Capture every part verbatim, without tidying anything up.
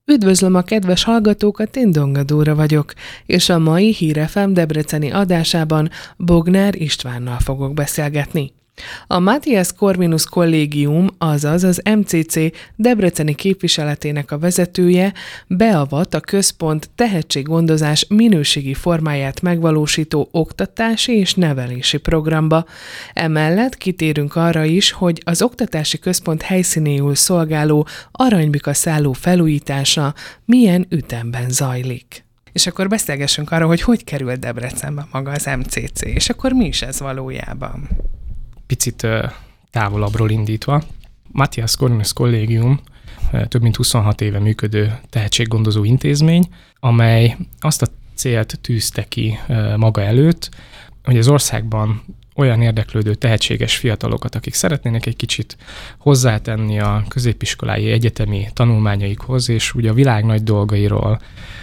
Üdvözlöm a kedves hallgatókat, én Donga Dóra vagyok, és a mai Hír ef em debreceni adásában Bognár Istvánnal fogok beszélgetni. A Matthias Corvinus Kollégium, azaz az em cé cé debreceni képviseletének a vezetője beavat a központ tehetséggondozás minőségi formáját megvalósító oktatási és nevelési programba. Emellett kitérünk arra is, hogy az oktatási központ helyszínéül szolgáló Aranybika szálló felújítása milyen ütemben zajlik. És akkor beszélgessünk arra, hogy hogy kerül Debrecenbe maga az em cé cé, és akkor mi is ez valójában? Picit távolabbról indítva. Matthias Corvinus Kollégium több mint huszonhat éve működő tehetséggondozó intézmény, amely azt a célt tűzte ki maga előtt, hogy az országban olyan érdeklődő tehetséges fiatalokat, akik szeretnének egy kicsit hozzátenni a középiskolai egyetemi tanulmányaikhoz, és ugye a világ nagy dolgairól,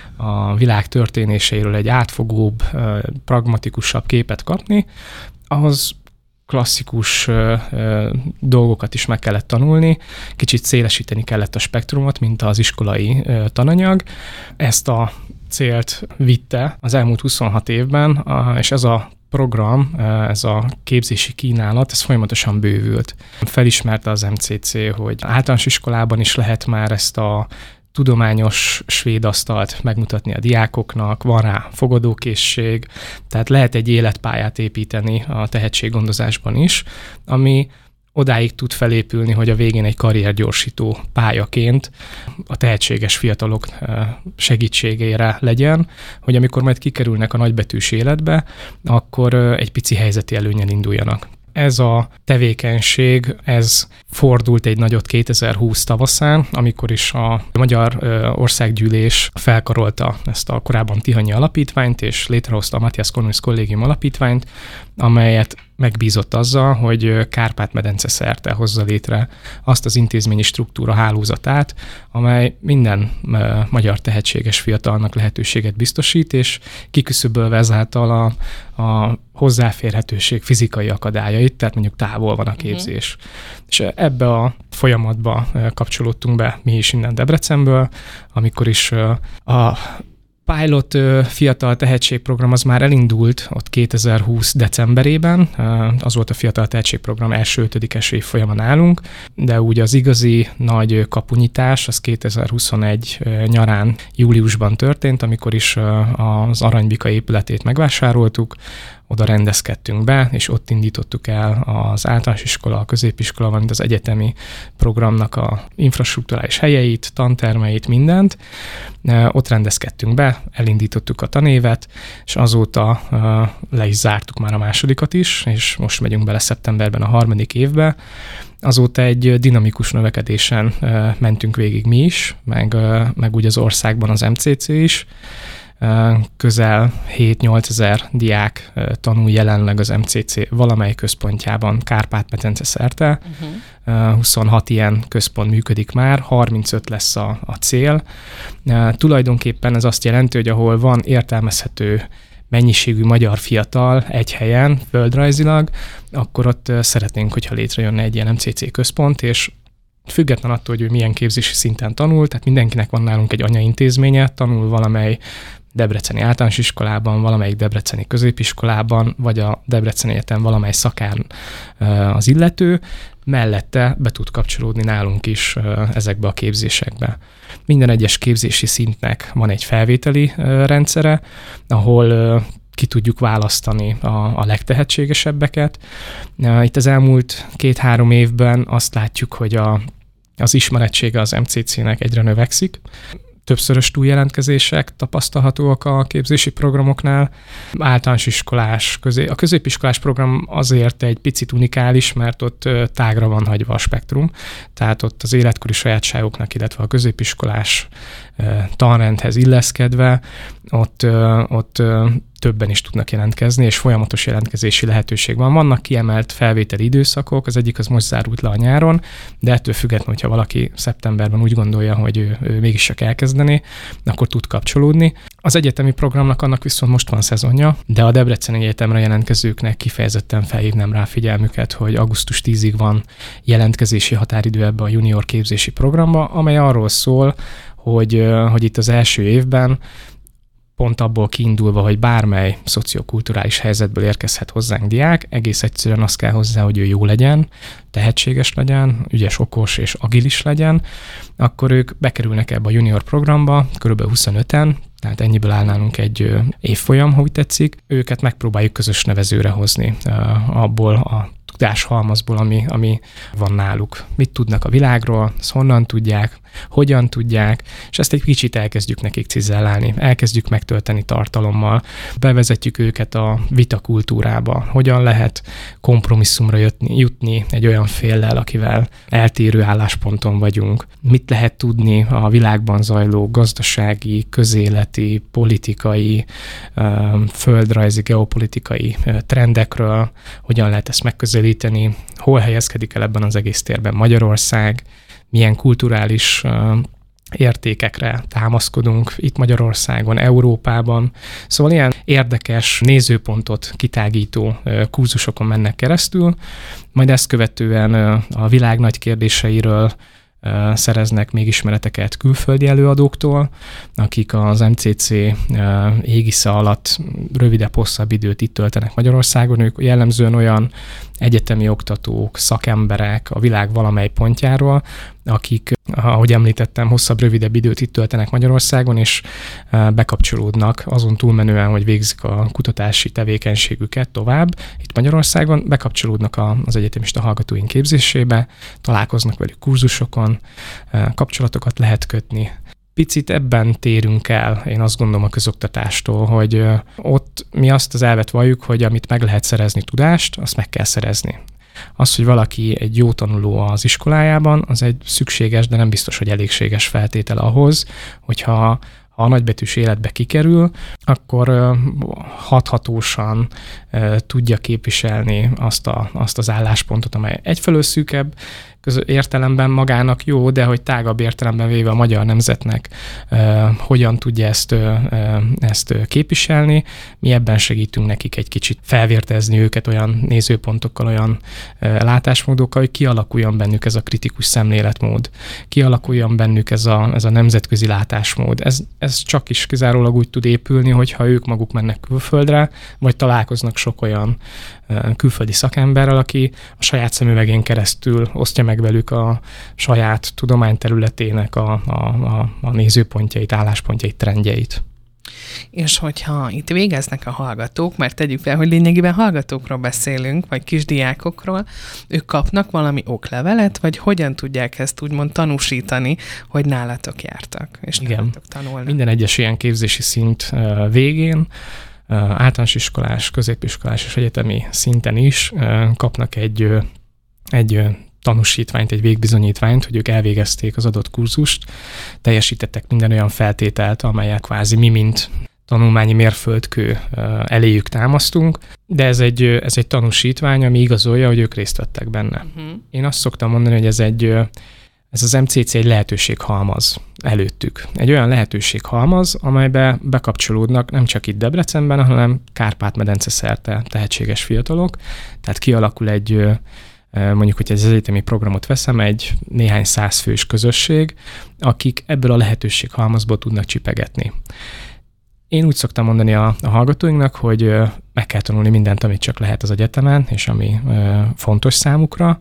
a világ történéseiről egy átfogóbb, pragmatikusabb képet kapni, ahhoz klasszikus ö, ö, dolgokat is meg kellett tanulni, kicsit szélesíteni kellett a spektrumot, mint az iskolai ö, tananyag. Ezt a célt vitte az elmúlt huszonhat évben, a, és ez a program, ez a képzési kínálat, ez folyamatosan bővült. Felismerte az em cé cé, hogy általános iskolában is lehet már ezt a tudományos svéd asztalt megmutatni a diákoknak, van rá fogadókészség, tehát lehet egy életpályát építeni a tehetséggondozásban is, ami odáig tud felépülni, hogy a végén egy karriergyorsító pályaként a tehetséges fiatalok segítségére legyen, hogy amikor majd kikerülnek a nagybetűs életbe, akkor egy pici helyzeti előnnyel induljanak. Ez a tevékenység, ez fordult egy nagyot kétezer-húsz tavaszán, amikor is a Magyar Országgyűlés felkarolta ezt a korábban Tihanyi Alapítványt, és létrehozta a Matthias Corvinus Kollégium Alapítványt, amelyet megbízott azzal, hogy Kárpát-medence szerte hozza létre azt az intézményi struktúra hálózatát, amely minden magyar tehetséges fiatalnak lehetőséget biztosít, és kiküszöbölve ezáltal a, a hozzáférhetőség fizikai akadályait, tehát mondjuk távol van a képzés. Uh-huh. És ebbe a folyamatba kapcsolódtunk be mi is innen Debrecenből, amikor is a Pilot fiatal tehetségprogram az már elindult ott kétezer-húsz decemberében, az volt a fiatal tehetségprogram első ötödikes évfolyama nálunk, de úgy az igazi nagy kapunyítás az kétezer-huszonegy nyarán, júliusban történt, amikor is az Aranybika épületét megvásároltuk, oda rendezkedtünk be, és ott indítottuk el az általános iskola, a középiskola, valamint az egyetemi programnak a infrastrukturális helyeit, tantermeit, mindent. Ott rendezkedtünk be, elindítottuk a tanévet, és azóta le is zártuk már a másodikat is, és most megyünk bele szeptemberben a harmadik évbe. Azóta egy dinamikus növekedésen mentünk végig mi is, meg, meg úgy az országban az em cé cé is. Közel hét-nyolc ezer diák tanul jelenleg az em cé cé valamely központjában Kárpát-medence szerte. Uh-huh. huszonhat ilyen központ működik már, harmincöt lesz a, a cél. Tulajdonképpen ez azt jelenti, hogy ahol van értelmezhető mennyiségű magyar fiatal egy helyen, földrajzilag, akkor ott szeretnénk, hogyha létrejönne egy ilyen em cé cé központ, és független attól, hogy ő milyen képzési szinten tanul, tehát mindenkinek van nálunk egy anyaintézménye, tanul valamely debreceni általános iskolában, valamelyik debreceni középiskolában, vagy a Debreceni Egyetem valamely szakán az illető, mellette be tud kapcsolódni nálunk is ezekbe a képzésekbe. Minden egyes képzési szintnek van egy felvételi rendszere, ahol ki tudjuk választani a, a legtehetségesebbeket. Itt az elmúlt két-három évben azt látjuk, hogy a, az ismerettsége az em cé cének egyre növekszik. Többszörös túljelentkezések tapasztalhatóak a képzési programoknál. Általános iskolás, közé, a középiskolás program azért egy picit unikális, mert ott tágra van hagyva a spektrum, tehát ott az életkori sajátságoknak, illetve a középiskolás tanrendhez illeszkedve, ott, ott többen is tudnak jelentkezni, és folyamatos jelentkezési lehetőség van. Vannak kiemelt felvételi időszakok, az egyik az most zárult le a nyáron, de ettől függetlenül, hogyha valaki szeptemberben úgy gondolja, hogy ő, ő mégis csak elkezdené, akkor tud kapcsolódni. Az egyetemi programnak annak viszont most van szezonja, de a Debreceni Egyetemre jelentkezőknek kifejezetten felhívnám rá figyelmüket, hogy augusztus tízig van jelentkezési határidő ebbe a junior képzési programba, amely arról szól, hogy, hogy itt az első évben pont abból kiindulva, hogy bármely szociokulturális helyzetből érkezhet hozzánk diák, egész egyszerűen az kell hozzá, hogy ő jó legyen, tehetséges legyen, ügyes, okos és agilis legyen, akkor ők bekerülnek ebbe a junior programba, körülbelül huszonöten, tehát ennyiből áll nálunk egy évfolyam, ha úgy tetszik. Őket megpróbáljuk közös nevezőre hozni abból a tudáshalmazból, ami, ami van náluk. Mit tudnak a világról, ezt honnan tudják, hogyan tudják, és ezt egy kicsit elkezdjük nekik cizellálni, elkezdjük megtölteni tartalommal, bevezetjük őket a vitakultúrába, hogyan lehet kompromisszumra jutni, jutni egy olyan féllel, akivel eltérő állásponton vagyunk, mit lehet tudni a világban zajló gazdasági, közéleti, politikai, földrajzi, geopolitikai trendekről, hogyan lehet ezt megközelíteni, hol helyezkedik el ebben az egész térben Magyarország, milyen kulturális uh, értékekre támaszkodunk itt Magyarországon, Európában. Szóval ilyen érdekes nézőpontot kitágító uh, kurzusokon mennek keresztül, majd ezt követően uh, a világ nagy kérdéseiről uh, szereznek még ismereteket külföldi előadóktól, akik az em cé cé uh, égisze alatt rövidebb, hosszabb időt itt töltenek Magyarországon. Ők jellemzően olyan egyetemi oktatók, szakemberek a világ valamely pontjáról, akik, ahogy említettem, hosszabb, rövidebb időt itt töltenek Magyarországon, és bekapcsolódnak azon túlmenően, hogy végzik a kutatási tevékenységüket tovább itt Magyarországon, bekapcsolódnak az egyetemista hallgatóink képzésébe, találkoznak velük kurzusokon, kapcsolatokat lehet kötni. Picit ebben térünk el, én azt gondolom, a közoktatástól, hogy ott mi azt az elvet valljuk, hogy amit meg lehet szerezni tudást, azt meg kell szerezni. Az, hogy valaki egy jó tanuló az iskolájában, az egy szükséges, de nem biztos, hogy elégséges feltétel ahhoz, hogyha ha a nagybetűs életbe kikerül, akkor uh, hathatósan uh, tudja képviselni azt, a, azt az álláspontot, amely egyfelől szűkebb értelemben magának jó, de hogy tágabb értelemben véve a magyar nemzetnek uh, hogyan tudja ezt, uh, ezt képviselni. Mi ebben segítünk nekik egy kicsit felvértezni őket olyan nézőpontokkal, olyan uh, látásmódokkal, hogy kialakuljon bennük ez a kritikus szemléletmód, kialakuljon bennük ez a, ez a nemzetközi látásmód. Ez, ez csak is kizárólag úgy tud épülni, hogyha ők maguk mennek külföldre, vagy találkoznak sok olyan uh, külföldi szakemberrel, aki a saját szemüvegén keresztül osztja meg velük a saját tudományterületének a, a, a, a nézőpontjait, álláspontjait, trendjeit. És hogyha itt végeznek a hallgatók, mert tegyük fel, hogy lényegében hallgatókról beszélünk, vagy kisdiákokról, ők kapnak valami oklevelet, vagy hogyan tudják ezt úgymond tanúsítani, hogy nálatok jártak, és igen, nálatok tanulnak. Minden egyes ilyen képzési szint végén, általános iskolás, középiskolás és egyetemi szinten is kapnak egy, egy tanúsítványt, egy végbizonyítványt, hogy ők elvégezték az adott kurzust, teljesítettek minden olyan feltételt, amelyet kvázi mi, mint tanulmányi mérföldkő eléjük támasztunk, de ez egy, ez egy tanúsítvány, ami igazolja, hogy ők részt vettek benne. Uh-huh. Én azt szoktam mondani, hogy ez egy ez az em cé cé egy lehetőséghalmaz előttük. Egy olyan lehetőséghalmaz, amelybe bekapcsolódnak nem csak itt Debrecenben, hanem Kárpát-medence szerte tehetséges fiatalok, tehát kialakul egy, mondjuk, hogy az egyetemi programot veszem, egy néhány száz fős közösség, akik ebből a lehetőséghalmazból tudnak csipegetni. Én úgy szoktam mondani a, a hallgatóinknak, hogy meg kell tanulni mindent, amit csak lehet az egyetemen, és ami fontos számukra.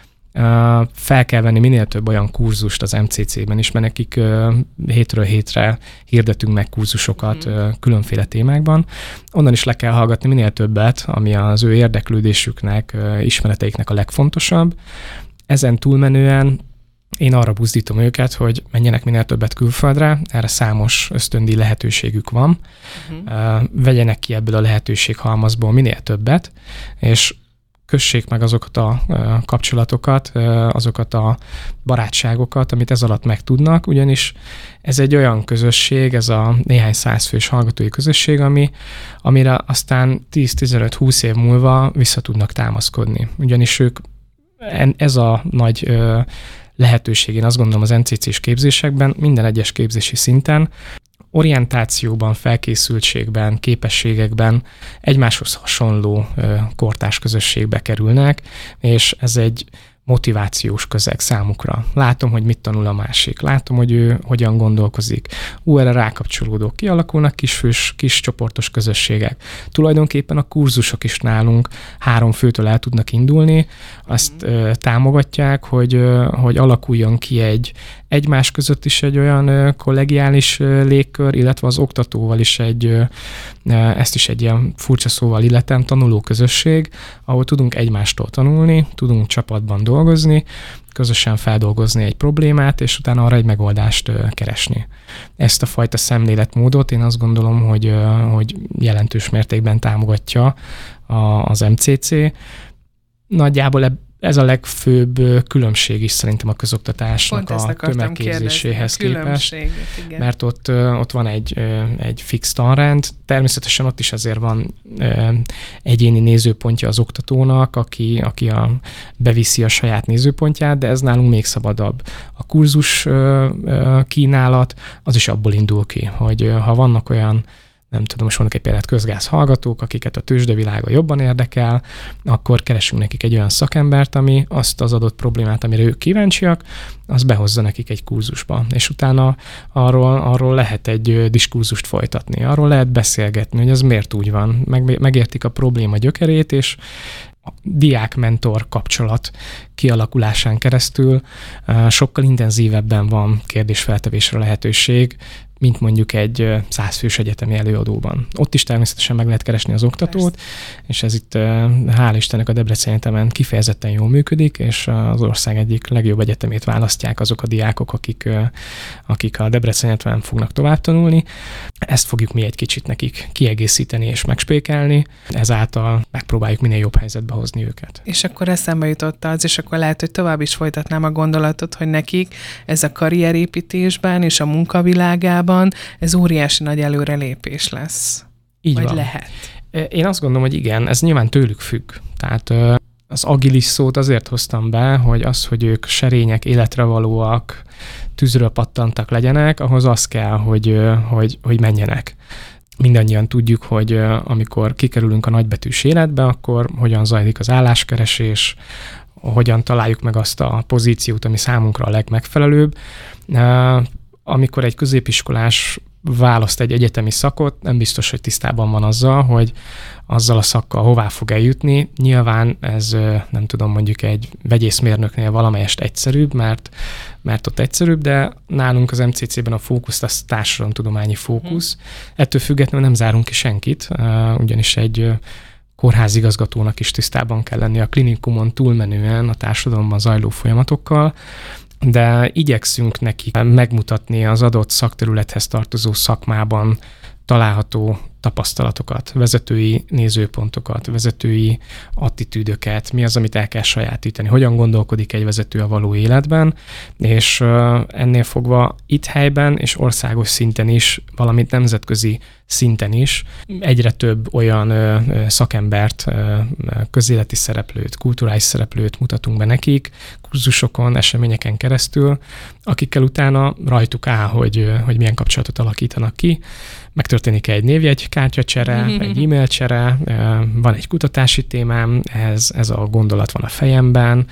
Fel kell venni minél több olyan kurzust az em cé cében is, mert nekik hétről hétre hirdetünk meg kurzusokat mm. különféle témákban. Onnan is le kell hallgatni minél többet, ami az ő érdeklődésüknek, ismereteiknek a legfontosabb. Ezen túlmenően én arra buzdítom őket, hogy menjenek minél többet külföldre, erre számos ösztöndíj lehetőségük van. Uh-huh. Vegyenek ki ebből a lehetőséghalmazból minél többet, és kössék meg azokat a kapcsolatokat, azokat a barátságokat, amit ez alatt megtudnak, ugyanis ez egy olyan közösség, ez a néhány százfős hallgatói közösség, ami, amire aztán tíz-tizenöt-húsz év múlva vissza tudnak támaszkodni. Ugyanis ők, ez a nagy lehetőség, én azt gondolom az em cé cés képzésekben, minden egyes képzési szinten, orientációban, felkészültségben, képességekben egymáshoz hasonló kortárs közösségbe kerülnek, és ez egy motivációs közeg számukra. Látom, hogy mit tanul a másik. Látom, hogy ő hogyan gondolkozik. Ú, erre rákapcsolódok. Kialakulnak kisfős, kis csoportos közösségek. Tulajdonképpen a kurzusok is nálunk három főtől el tudnak indulni. Azt ö, támogatják, hogy, ö, hogy alakuljon ki egy egymás között is egy olyan ö, kollegiális ö, légkör, illetve az oktatóval is egy, ö, ezt is egy ilyen furcsa szóval illetem, tanuló közösség, ahol tudunk egymástól tanulni, tudunk csapatban dolgozni, közösen feldolgozni egy problémát, és utána arra egy megoldást ö, keresni. Ezt a fajta szemléletmódot én azt gondolom, hogy, ö, hogy jelentős mértékben támogatja a, az em cé cé. Nagyjából eb- ez a legfőbb különbség is szerintem a közoktatásnak a tömegképzéséhez képest, mert ott, ott van egy, egy fix tanrend, természetesen ott is azért van egyéni nézőpontja az oktatónak, aki, aki a, beviszi a saját nézőpontját, de ez nálunk még szabadabb. A kurzus kínálat az is abból indul ki, hogy ha vannak olyan, nem tudom, most mondok egy példát, közgáz hallgatók, akiket a tőzsdevilága jobban érdekel, akkor keresünk nekik egy olyan szakembert, ami azt az adott problémát, amire ők kíváncsiak, az behozza nekik egy kurzusba. És utána arról, arról lehet egy diskurzust folytatni, arról lehet beszélgetni, hogy ez miért úgy van. Meg, megértik a probléma gyökerét, és a diák-mentor kapcsolat kialakulásán keresztül sokkal intenzívebben van kérdésfeltevésre lehetőség, mint mondjuk egy százfős egyetemi előadóban. Ott is természetesen meg lehet keresni az oktatót, persze. És ez itt, hál' Istennek, a Debreceni Egyetemen kifejezetten jól működik, és az ország egyik legjobb egyetemét választják azok a diákok, akik, akik a Debreceni Egyetemen fognak tovább tanulni. Ezt fogjuk mi egy kicsit nekik kiegészíteni és megspékelni, ezáltal megpróbáljuk minél jobb helyzetbe hozni őket. És akkor eszembe jutott az, és akkor lehet, hogy tovább is folytatnám a gondolatot, hogy nekik ez a karrierépítésben és a munkavilágában ez óriási nagy előrelépés lesz. Így vagy van. Lehet. Én azt gondolom, hogy igen, ez nyilván tőlük függ. Tehát az agilis szót azért hoztam be, hogy az, hogy ők serények, életre valóak, tűzről pattantak legyenek, ahhoz az kell, hogy, hogy, hogy menjenek. Mindannyian tudjuk, hogy amikor kikerülünk a nagybetűs életbe, akkor hogyan zajlik az álláskeresés, hogyan találjuk meg azt a pozíciót, ami számunkra a legmegfelelőbb. Amikor egy középiskolás választ egy egyetemi szakot, nem biztos, hogy tisztában van azzal, hogy azzal a szakkal hová fog eljutni. Nyilván ez, nem tudom, mondjuk egy vegyészmérnöknél valamelyest egyszerűbb, mert, mert ott egyszerűbb, de nálunk az em cé cében a fókusz az társadalomtudományi fókusz. Ettől függetlenül nem zárunk ki senkit, ugyanis egy kórházigazgatónak is tisztában kell lenni a klinikumon túlmenően a társadalomban zajló folyamatokkal, de igyekszünk neki megmutatni az adott szakterülethez tartozó szakmában található tapasztalatokat, vezetői nézőpontokat, vezetői attitűdöket, mi az, amit el kell sajátítani, hogyan gondolkodik egy vezető a való életben, és ennél fogva itt helyben és országos szinten is, valamint nemzetközi szinten is egyre több olyan ö, ö, szakembert, ö, közéleti szereplőt, kulturális szereplőt mutatunk be nekik, kurzusokon, eseményeken keresztül, akikkel utána rajtuk áll, hogy, hogy milyen kapcsolatot alakítanak ki. Megtörténik egy névjegy kártyacsere, mm-hmm. egy e-mail csere, van egy kutatási témám, ez, ez a gondolat van a fejemben,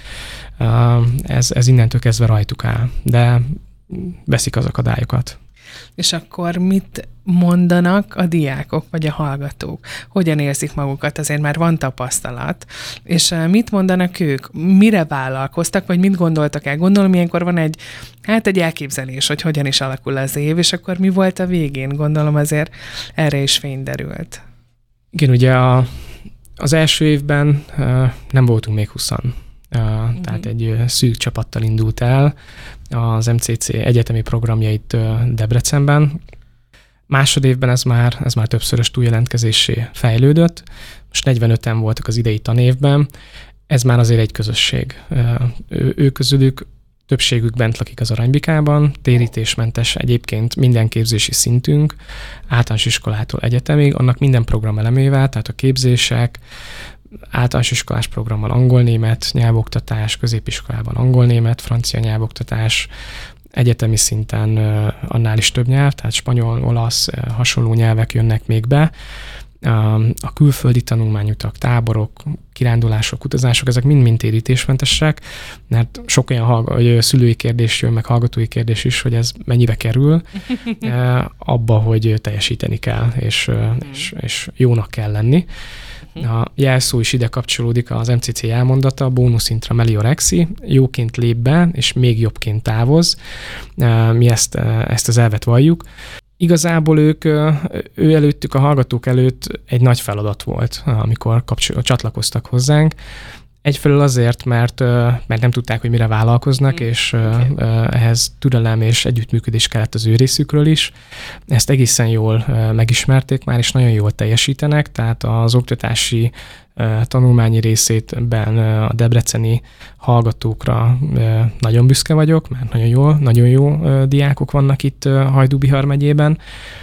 ez, ez innentől kezdve rajtuk áll, de veszik az akadályokat. És akkor mit mondanak a diákok vagy a hallgatók? Hogyan érzik magukat? Azért már van tapasztalat. És mit mondanak ők? Mire vállalkoztak, vagy mit gondoltak el? Gondolom, ilyenkor van egy, hát egy elképzelés, hogy hogyan is alakul az év, és akkor mi volt a végén? Gondolom azért erre is fény derült. Igen, ugye a, az első évben uh, nem voltunk még huszan. Uh, mm-hmm. Tehát egy uh, szűk csapattal indult el az em cé cé egyetemi programjait uh, Debrecenben. Másodévben ez már, ez már többszörös túljelentkezésé fejlődött. Most negyvenöten voltak az idei tanévben. Ez már azért egy közösség. Uh, ő, ő közülük többségük bent lakik az Aranybikában, térítésmentes egyébként minden képzési szintünk, általános iskolától egyetemig, annak minden program elemével, tehát a képzések, általános iskolás programmal angol-német nyelvoktatás, középiskolában angol-német, francia nyelvoktatás, egyetemi szinten annál is több nyelv, tehát spanyol, olasz, hasonló nyelvek jönnek még be. A külföldi tanulmányutak, táborok, kirándulások, utazások, ezek mind-mind térítésmentesek, mert sok olyan hallg- szülői kérdés jön, meg hallgatói kérdés is, hogy ez mennyibe kerül, abba, hogy teljesíteni kell, és, és, és jónak kell lenni. A jelszó is ide kapcsolódik, az em cé cé elmondata, bónusz intra meliorexi, jóként lép be, és még jobbként távoz. Mi ezt, ezt az elvet valljuk. Igazából ők, ő előttük, a hallgatók előtt egy nagy feladat volt, amikor kapcsol, csatlakoztak hozzánk. Egyfelől azért, mert, mert nem tudták, hogy mire vállalkoznak, mm. és okay. ehhez türelem és együttműködés kellett az ő részükről is. Ezt egészen jól megismerték már, és nagyon jól teljesítenek, tehát az oktatási tanulmányi részétben a debreceni hallgatókra nagyon büszke vagyok, mert nagyon jó, nagyon jó diákok vannak itt Hajdú-Bihar megyében.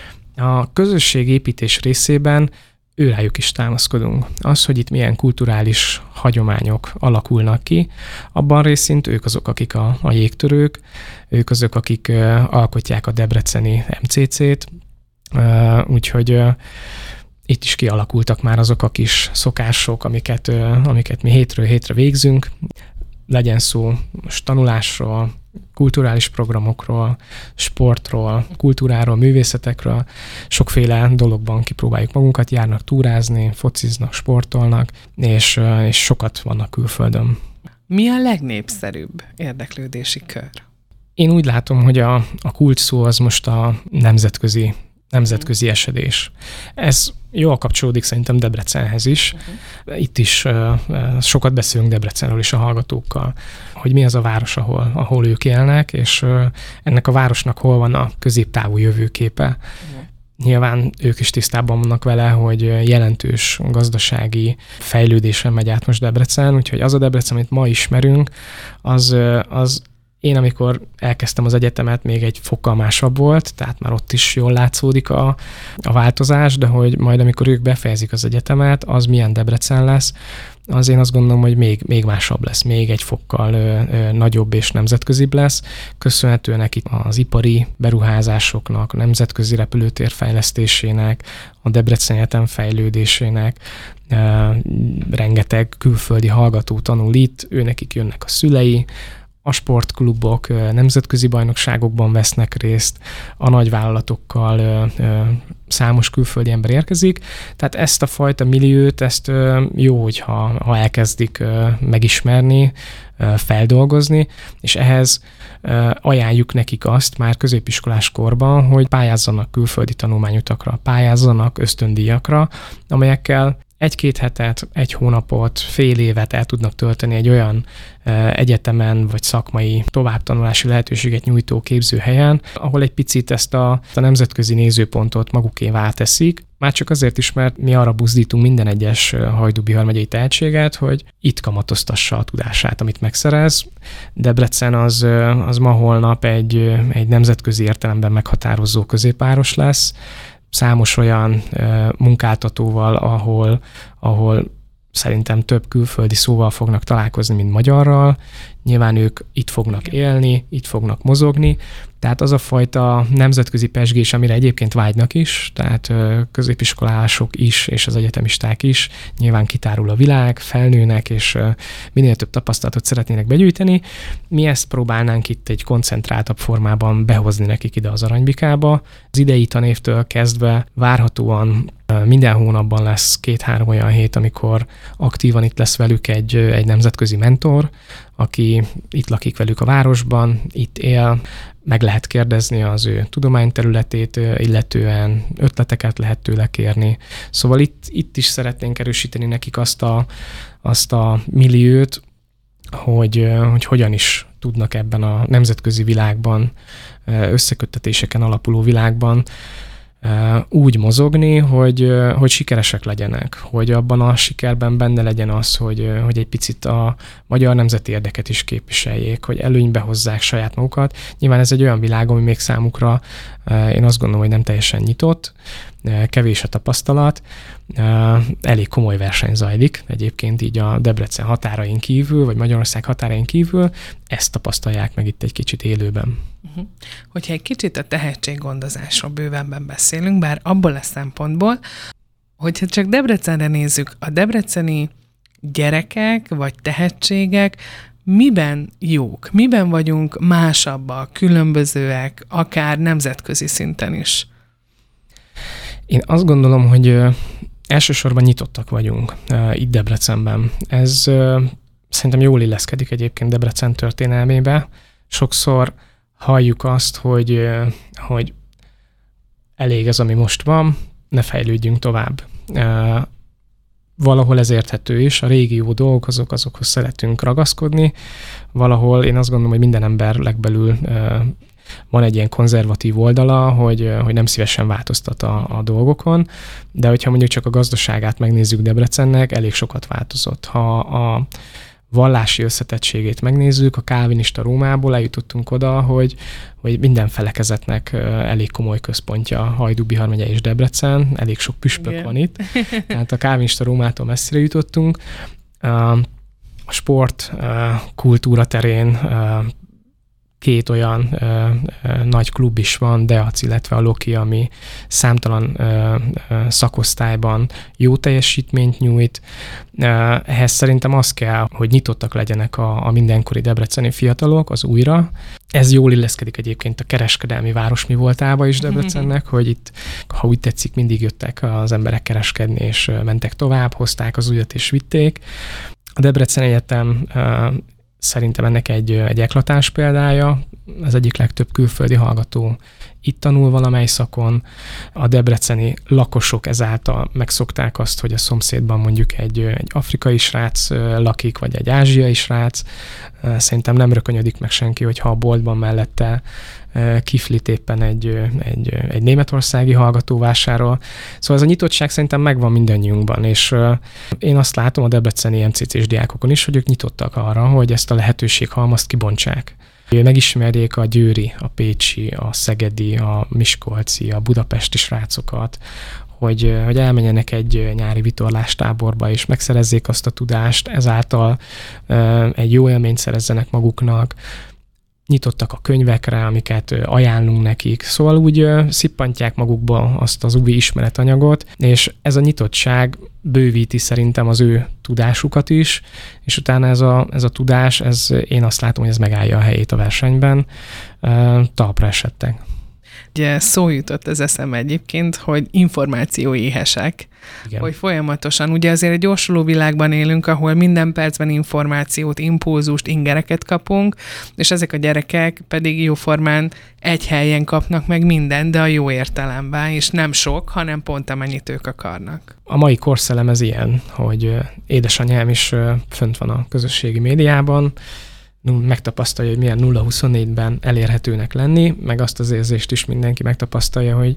A közösségépítés részében őrájuk is támaszkodunk. Az, hogy itt milyen kulturális hagyományok alakulnak ki, abban részint ők azok, akik a, a jégtörők, ők azok, akik uh, alkotják a debreceni em cé cét, uh, úgyhogy uh, itt is kialakultak már azok a kis szokások, amiket, uh, amiket mi hétről hétre végzünk. Legyen szó most tanulásról, kulturális programokról, sportról, kultúráról, művészetekről, sokféle dologban kipróbáljuk magunkat, járnak túrázni, fociznak, sportolnak, és, és sokat vannak külföldön. Mi a legnépszerűbb érdeklődési kör? Én úgy látom, hogy a, a kulcs szó az most a nemzetközi nemzetközi esedés. Ez jól kapcsolódik szerintem Debrecenhez is. Uh-huh. Itt is uh, sokat beszélünk Debrecenről is a hallgatókkal, hogy mi az a város, ahol, ahol ők élnek, és uh, ennek a városnak hol van a középtávú jövőképe. Uh-huh. Nyilván ők is tisztában vannak vele, hogy jelentős gazdasági fejlődésen megy át most Debrecen, úgyhogy az a Debrecen, amit ma ismerünk, az, az én, amikor elkezdtem az egyetemet, még egy fokkal másabb volt, tehát már ott is jól látszódik a, a változás, de hogy majd amikor ők befejezik az egyetemet, az milyen Debrecen lesz, az én azt gondolom, hogy még, még másabb lesz, még egy fokkal ö, ö, nagyobb és nemzetközibb lesz. Köszönhetően neki az ipari beruházásoknak, a nemzetközi repülőtér fejlesztésének, a Debrecen Egyetem fejlődésének, ö, rengeteg külföldi hallgató tanul itt, őnekik jönnek a szülei, a sportklubok nemzetközi bajnokságokban vesznek részt, a nagyvállalatokkal ö, ö, számos külföldi ember érkezik. Tehát ezt a fajta milliót, ezt ö, jó, hogyha ha elkezdik ö, megismerni, ö, feldolgozni, és ehhez ö, ajánljuk nekik azt már középiskolás korban, hogy pályázzanak külföldi tanulmányutakra, pályázzanak ösztöndíjakra, amelyekkel egy-két hetet, egy hónapot, fél évet el tudnak tölteni egy olyan uh, egyetemen vagy szakmai továbbtanulási lehetőséget nyújtó képzőhelyen, ahol egy picit ezt a, a nemzetközi nézőpontot magukévá teszik. Már csak azért is, mert mi arra buzdítunk minden egyes Hajdú-Bihar megyei tehetséget, hogy itt kamatoztassa a tudását, amit megszerez. Debrecen az, az ma holnap egy, egy nemzetközi értelemben meghatározó középváros lesz, számos olyan uh, munkáltatóval, ahol, ahol szerintem több külföldi szóval fognak találkozni, mint magyarral. Nyilván ők itt fognak élni, itt fognak mozogni, tehát az a fajta nemzetközi pezsgés, amire egyébként vágynak is, tehát uh, középiskolások is, és az egyetemisták is, nyilván kitárul a világ, felnőnek, és uh, minél több tapasztalatot szeretnének begyűjteni. Mi ezt próbálnánk itt egy koncentráltabb formában behozni nekik ide az Aranybikába. Az idei tanévtől kezdve várhatóan uh, minden hónapban lesz két-három olyan hét, amikor aktívan itt lesz velük egy, egy nemzetközi mentor, aki itt lakik velük a városban, itt él, meg lehet kérdezni az ő tudományterületét, illetően ötleteket lehet tőle kérni. Szóval itt, itt is szeretnénk erősíteni nekik azt a, azt a milliót, hogy, hogy hogyan is tudnak ebben a nemzetközi világban, összeköttetéseken alapuló világban úgy mozogni, hogy, hogy sikeresek legyenek, hogy abban a sikerben benne legyen az, hogy, hogy egy picit a magyar nemzeti érdeket is képviseljék, hogy előnybe hozzák saját magukat. Nyilván ez egy olyan világ, ami még számukra én azt gondolom, hogy nem teljesen nyitott, kevés a tapasztalat, elég komoly verseny zajlik egyébként így a Debrecen határain kívül, vagy Magyarország határain kívül, ezt tapasztalják meg itt egy kicsit élőben. Uh-huh. Hogyha egy kicsit a tehetséggondozásról bővebben beszélünk, bár abból a szempontból, Hogyha csak Debrecenre nézzük, a debreceni gyerekek vagy tehetségek miben jók? Miben vagyunk másabbak, különbözőek, akár nemzetközi szinten is? Én azt gondolom, hogy elsősorban nyitottak vagyunk itt Debrecenben. Ez szerintem jól illeszkedik egyébként Debrecen történelmébe. Sokszor halljuk azt, hogy, hogy elég ez, ami most van, ne fejlődjünk tovább. Valahol ez érthető is, a régi jó dolgok, azok, azokhoz szeretünk ragaszkodni. Valahol én azt gondolom, hogy minden ember legbelül van egy ilyen konzervatív oldala, hogy, hogy nem szívesen változtat a, a dolgokon, de hogyha mondjuk csak a gazdaságát megnézzük Debrecennek, elég sokat változott. Ha a vallási összetettségét megnézzük, a kálvinista Rómából eljutottunk oda, hogy, hogy minden felekezetnek elég komoly központja Hajdú-Bihar megye és Debrecen, elég sok püspök Igen. van itt, tehát a kálvinista Rómától messzire jutottunk. A sport, kultúra terén két olyan ö, ö, nagy klub is van, Deac, illetve a Loki, ami számtalan ö, ö, szakosztályban jó teljesítményt nyújt. Ö, ehhez szerintem az kell, hogy nyitottak legyenek a, a mindenkori debreceni fiatalok az újra. Ez jól illeszkedik egyébként a kereskedelmi város mi voltába is Debrecennek, hogy itt, ha úgy tetszik, mindig jöttek az emberek kereskedni, és mentek tovább, hozták az újat és vitték. A Debrecen Egyetem ö, szerintem ennek egy, egy eklatáns példája. Az egyik legtöbb külföldi hallgató itt tanul valamely szakon. A debreceni lakosok ezáltal megszokták azt, hogy a szomszédban mondjuk egy, egy afrikai srác lakik, vagy egy ázsiai srác. Szerintem nem rökönyödik meg senki, hogyha a boltban mellette kiflit éppen egy, egy, egy németországi hallgató vásárol. Szóval ez a nyitottság szerintem megvan mindannyiunkban, és én azt látom a debreceni em cé cés diákokon is, hogy ők nyitottak arra, hogy ezt a lehetőséghalmazt kibontsák. Megismerjék a győri, a pécsi, a szegedi, a miskolci, a budapesti srácokat, hogy, hogy elmenjenek egy nyári vitorlástáborba, és megszerezzék azt a tudást, ezáltal egy jó élményt szerezzenek maguknak, nyitottak a könyvekre, amiket ajánlunk nekik, szóval úgy szippantják magukba azt az új ismeretanyagot, és ez a nyitottság bővíti szerintem az ő tudásukat is, és utána ez a, ez a tudás, ez, én azt látom, hogy ez megállja a helyét a versenyben, talpra esettek. Ugye szó jutott az eszembe egyébként, hogy információéhesek, Igen. hogy folyamatosan, ugye azért egy gyorsuló világban élünk, ahol minden percben információt, impulzust, ingereket kapunk, és ezek a gyerekek pedig jóformán egy helyen kapnak meg mindent, de a jó értelemben, és nem sok, hanem pont amennyit ők akarnak. A mai korszellem ez ilyen, hogy édesanyám is fönt van a közösségi médiában, megtapasztalja, hogy milyen nulla huszonnégyben elérhetőnek lenni, meg azt az érzést is mindenki megtapasztalja, hogy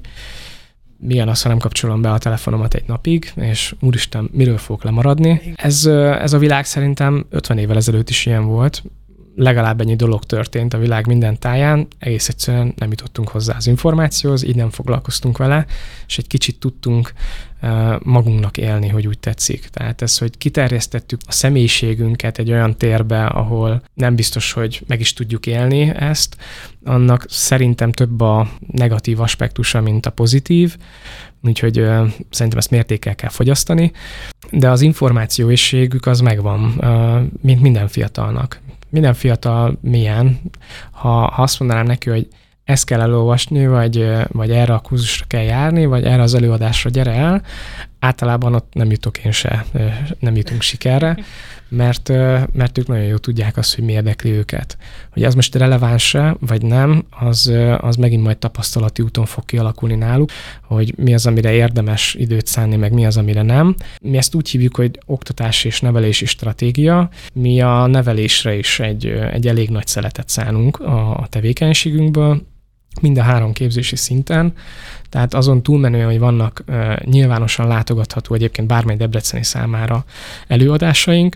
milyen az, ha nem kapcsolom be a telefonomat egy napig, és úristen, miről fogok lemaradni. Ez, ez a világ szerintem ötven évvel ezelőtt is ilyen volt. Legalább ennyi dolog történt a világ minden táján, egész egyszerűen nem jutottunk hozzá az információhoz, így nem foglalkoztunk vele, és egy kicsit tudtunk uh, magunknak élni, hogy úgy tetszik. Tehát ez, hogy kiterjesztettük a személyiségünket egy olyan térbe, ahol nem biztos, hogy meg is tudjuk élni ezt, annak szerintem több a negatív aspektusa, mint a pozitív, úgyhogy uh, szerintem ezt mértékkel kell fogyasztani, de az információészségük az megvan, uh, mint minden fiatalnak. Minden fiatal milyen, ha, ha azt mondanám neki, hogy ezt kell elolvasni, vagy, vagy erre a kurzusra kell járni, vagy erre az előadásra gyere el, általában ott nem jutok én se, nem jutunk sikerre, mert, mert ők nagyon jól tudják azt, hogy mi érdekli őket. Hogy ez most releváns-e, vagy nem, az, az megint majd tapasztalati úton fog kialakulni náluk, hogy mi az, amire érdemes időt szánni, meg mi az, amire nem. Mi ezt úgy hívjuk, hogy oktatási és nevelési stratégia. Mi a nevelésre is egy, egy elég nagy szeletet szánunk a tevékenységünkből, mind a három képzési szinten, tehát azon túlmenően, hogy vannak uh, nyilvánosan látogatható egyébként bármely debreceni számára előadásaink,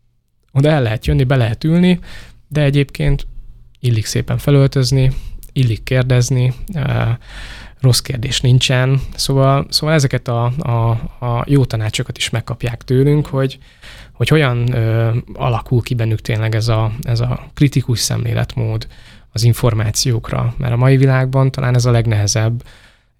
oda el lehet jönni, be lehet ülni, de egyébként illik szépen felöltözni, illik kérdezni, uh, rossz kérdés nincsen, szóval, szóval ezeket a, a, a jó tanácsokat is megkapják tőlünk, hogy, hogy hogyan uh, alakul ki bennük tényleg ez a, ez a kritikus szemléletmód az információkra, mert a mai világban talán ez a legnehezebb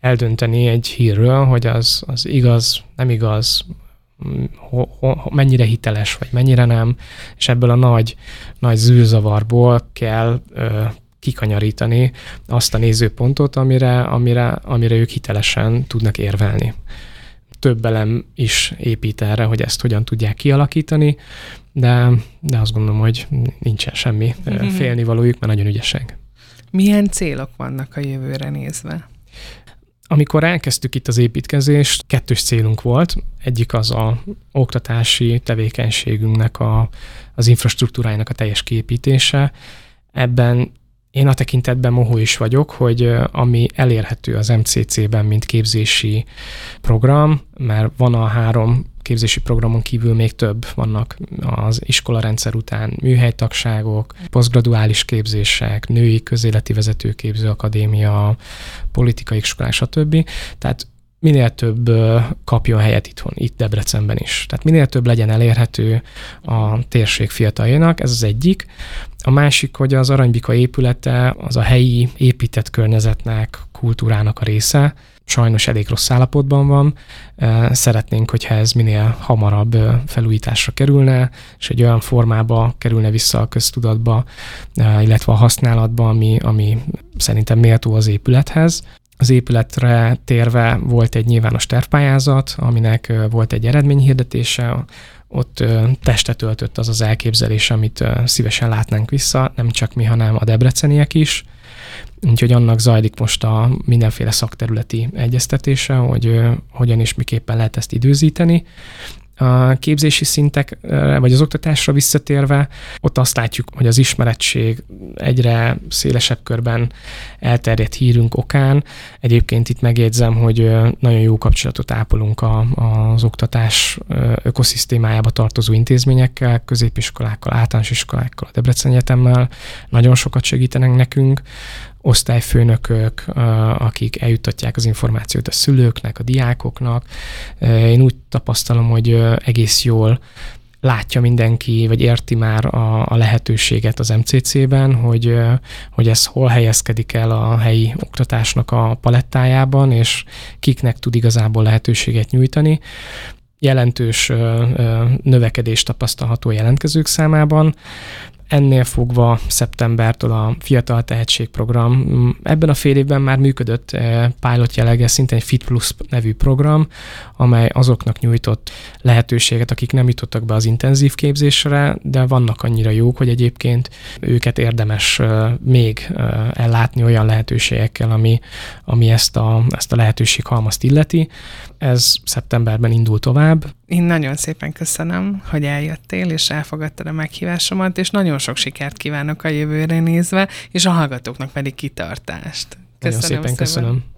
eldönteni egy hírről, hogy az, az igaz, nem igaz, ho, ho, mennyire hiteles, vagy mennyire nem, és ebből a nagy, nagy zűrzavarból kell ö, kikanyarítani azt a nézőpontot, amire, amire, amire ők hitelesen tudnak érvelni. Több elem is épít erre, hogy ezt hogyan tudják kialakítani, de, de azt gondolom, hogy nincsen semmi mm-hmm. félnivalójuk, mert nagyon ügyesek. Milyen célok vannak a jövőre nézve? Amikor elkezdtük itt az építkezést, kettős célunk volt. Egyik az a oktatási tevékenységünknek a, az infrastruktúrájának a teljes kiépítése. Ebben én a tekintetben mohó is vagyok, hogy ami elérhető az em cé cé-ben, mint képzési program, mert van a három képzési programon kívül még több, vannak az iskolarendszer után műhelytagságok, posztgraduális képzések, női közéleti vezetőképző akadémia, politikai iskolák, stb. Tehát minél több kapjon helyet itthon, itt Debrecenben is. Tehát minél több legyen elérhető a térség fiataljainak, ez az egyik. A másik, hogy az Aranybika épülete az a helyi épített környezetnek, kultúrának a része. Sajnos elég rossz állapotban van. Szeretnénk, hogyha ez minél hamarabb felújításra kerülne, és egy olyan formába kerülne vissza a köztudatba, illetve a használatba, ami, ami szerintem méltó az épülethez. Az épületre térve volt egy nyilvános tervpályázat, aminek volt egy eredményhirdetése, ott testet öltött az az elképzelés, amit szívesen látnánk vissza, nem csak mi, hanem a debreceniek is. Úgyhogy annak zajlik most a mindenféle szakterületi egyeztetése, hogy hogyan és miképpen lehet ezt időzíteni. A képzési szintek, vagy az oktatásra visszatérve, ott azt látjuk, hogy az ismerettség egyre szélesebb körben elterjedt hírünk okán. Egyébként itt megjegyzem, hogy nagyon jó kapcsolatot ápolunk a, az oktatás ökoszisztémájába tartozó intézményekkel, középiskolákkal, általános iskolákkal, a Debreceni Egyetemmel. Nagyon sokat segítenek nekünk. Osztályfőnökök, akik eljuttatják az információt a szülőknek, a diákoknak. Én úgy tapasztalom, hogy egész jól látja mindenki, vagy érti már a, a lehetőséget az em cé cé-ben, hogy, hogy ez hol helyezkedik el a helyi oktatásnak a palettájában, és kiknek tud igazából lehetőséget nyújtani. Jelentős növekedés tapasztalható a jelentkezők számában. Ennél fogva szeptembertől a Fiatal Tehetségprogram. Ebben a fél évben már működött pilot jelleggel szintén egy Fit Plus nevű program, amely azoknak nyújtott lehetőséget, akik nem jutottak be az intenzív képzésre, de vannak annyira jók, hogy egyébként őket érdemes még ellátni olyan lehetőségekkel, ami, ami ezt a, ezt a lehetőséghalmazt illeti. Ez szeptemberben indul tovább. Én nagyon szépen köszönöm, hogy eljöttél, és elfogadtad a meghívásomat, és nagyon sok sikert kívánok a jövőre nézve, és a hallgatóknak pedig kitartást. Köszönöm nagyon szépen, szépen. Köszönöm.